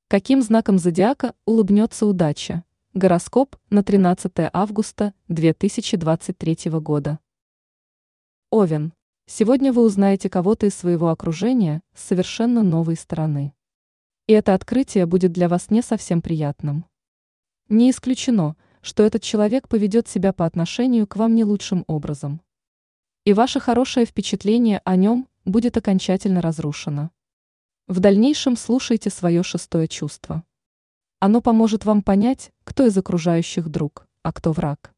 Каким знаком зодиака улыбнется удача? Гороскоп на 13 августа 2023 года. Овен. Сегодня вы узнаете кого-то из своего окружения с совершенно новой стороны. И это открытие будет для вас не совсем приятным. Не исключено, что этот человек поведет себя по отношению к вам не лучшим образом. И ваше хорошее впечатление о нем будет окончательно разрушено. В дальнейшем слушайте свое шестое чувство. Оно поможет вам понять, кто из окружающих друг, а кто враг.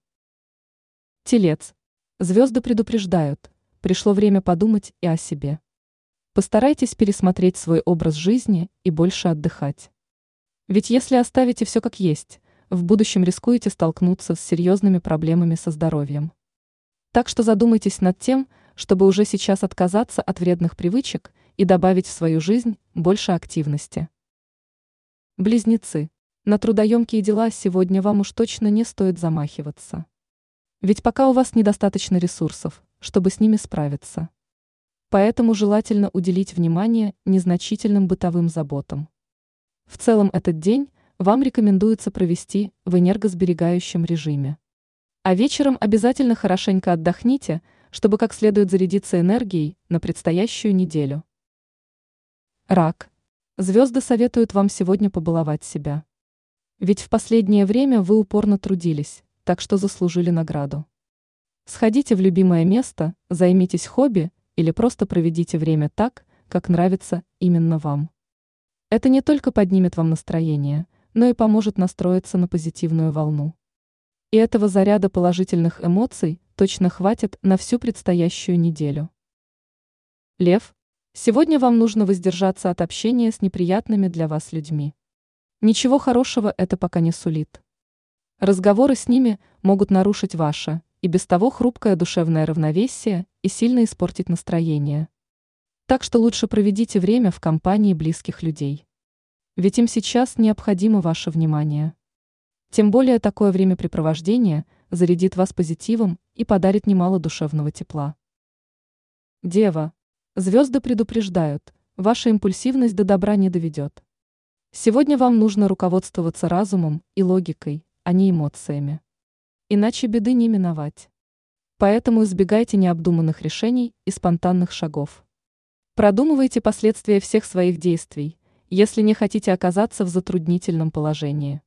Телец. Звезды предупреждают, пришло время подумать и о себе. Постарайтесь пересмотреть свой образ жизни и больше отдыхать. Ведь если оставите все как есть, в будущем рискуете столкнуться с серьезными проблемами со здоровьем. Так что задумайтесь над тем, чтобы уже сейчас отказаться от вредных привычек и добавить в свою жизнь больше активности. Близнецы. На трудоемкие дела сегодня вам уж точно не стоит замахиваться. Ведь пока у вас недостаточно ресурсов, чтобы с ними справиться. Поэтому желательно уделить внимание незначительным бытовым заботам. В целом этот день вам рекомендуется провести в энергосберегающем режиме. А вечером обязательно хорошенько отдохните, чтобы как следует зарядиться энергией на предстоящую неделю. Рак. Звезды советуют вам сегодня побаловать себя. Ведь в последнее время вы упорно трудились, так что заслужили награду. Сходите в любимое место, займитесь хобби или просто проведите время так, как нравится именно вам. Это не только поднимет вам настроение, но и поможет настроиться на позитивную волну. И этого заряда положительных эмоций точно хватит на всю предстоящую неделю. Лев. Сегодня вам нужно воздержаться от общения с неприятными для вас людьми. Ничего хорошего это пока не сулит. Разговоры с ними могут нарушить ваше и без того хрупкое душевное равновесие и сильно испортить настроение. Так что лучше проведите время в компании близких людей. Ведь им сейчас необходимо ваше внимание. Тем более такое времяпрепровождение зарядит вас позитивом и подарит немало душевного тепла. Дева. Звезды предупреждают, ваша импульсивность до добра не доведет. Сегодня вам нужно руководствоваться разумом и логикой, а не эмоциями. Иначе беды не миновать. Поэтому избегайте необдуманных решений и спонтанных шагов. Продумывайте последствия всех своих действий, если не хотите оказаться в затруднительном положении.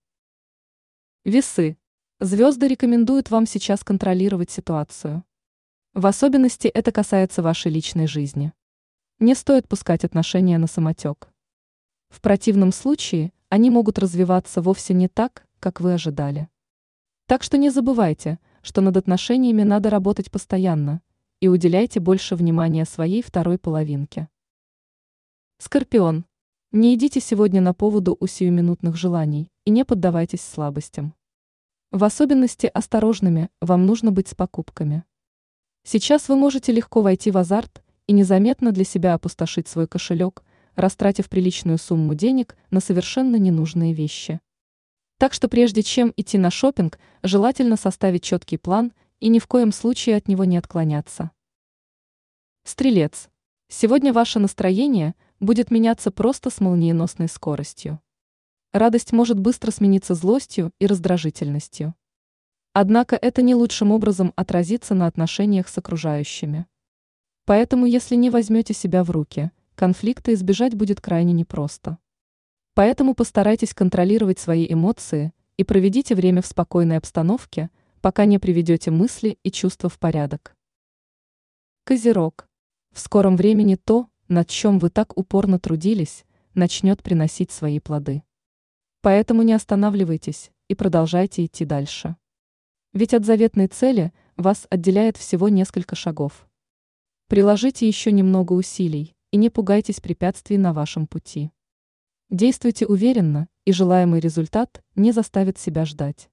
Весы. Звезды рекомендуют вам сейчас контролировать ситуацию. В особенности это касается вашей личной жизни. Не стоит пускать отношения на самотек. В противном случае они могут развиваться вовсе не так, как вы ожидали. Так что не забывайте, что над отношениями надо работать постоянно, и уделяйте больше внимания своей второй половинке. Скорпион. Не идите сегодня на поводу у сиюминутных желаний и не поддавайтесь слабостям. В особенности осторожными вам нужно быть с покупками. Сейчас вы можете легко войти в азарт и незаметно для себя опустошить свой кошелек, растратив приличную сумму денег на совершенно ненужные вещи. Так что прежде чем идти на шопинг, желательно составить четкий план и ни в коем случае от него не отклоняться. Стрелец. Сегодня ваше настроение будет меняться просто с молниеносной скоростью. Радость может быстро смениться злостью и раздражительностью. Однако это не лучшим образом отразится на отношениях с окружающими. Поэтому, если не возьмете себя в руки, конфликта избежать будет крайне непросто. Поэтому постарайтесь контролировать свои эмоции и проведите время в спокойной обстановке, пока не приведете мысли и чувства в порядок. Козерог. В скором времени то, над чем вы так упорно трудились, начнет приносить свои плоды. Поэтому не останавливайтесь и продолжайте идти дальше. Ведь от заветной цели вас отделяет всего несколько шагов. Приложите еще немного усилий и не пугайтесь препятствий на вашем пути. Действуйте уверенно, и желаемый результат не заставит себя ждать.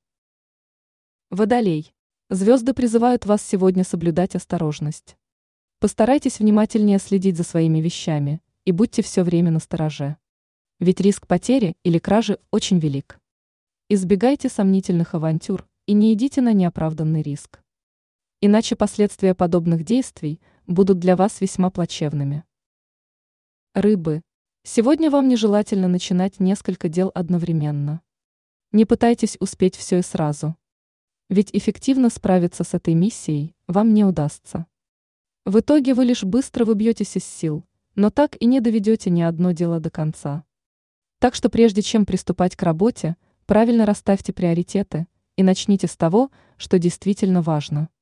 Водолей. Звезды призывают вас сегодня соблюдать осторожность. Постарайтесь внимательнее следить за своими вещами и будьте все время настороже. Ведь риск потери или кражи очень велик. Избегайте сомнительных авантюр и не идите на неоправданный риск. Иначе последствия подобных действий будут для вас весьма плачевными. Рыбы. Сегодня вам нежелательно начинать несколько дел одновременно. Не пытайтесь успеть все и сразу. Ведь эффективно справиться с этой миссией вам не удастся. В итоге вы лишь быстро выбьетесь из сил, но так и не доведете ни одно дело до конца. Так что прежде чем приступать к работе, правильно расставьте приоритеты и начните с того, что действительно важно.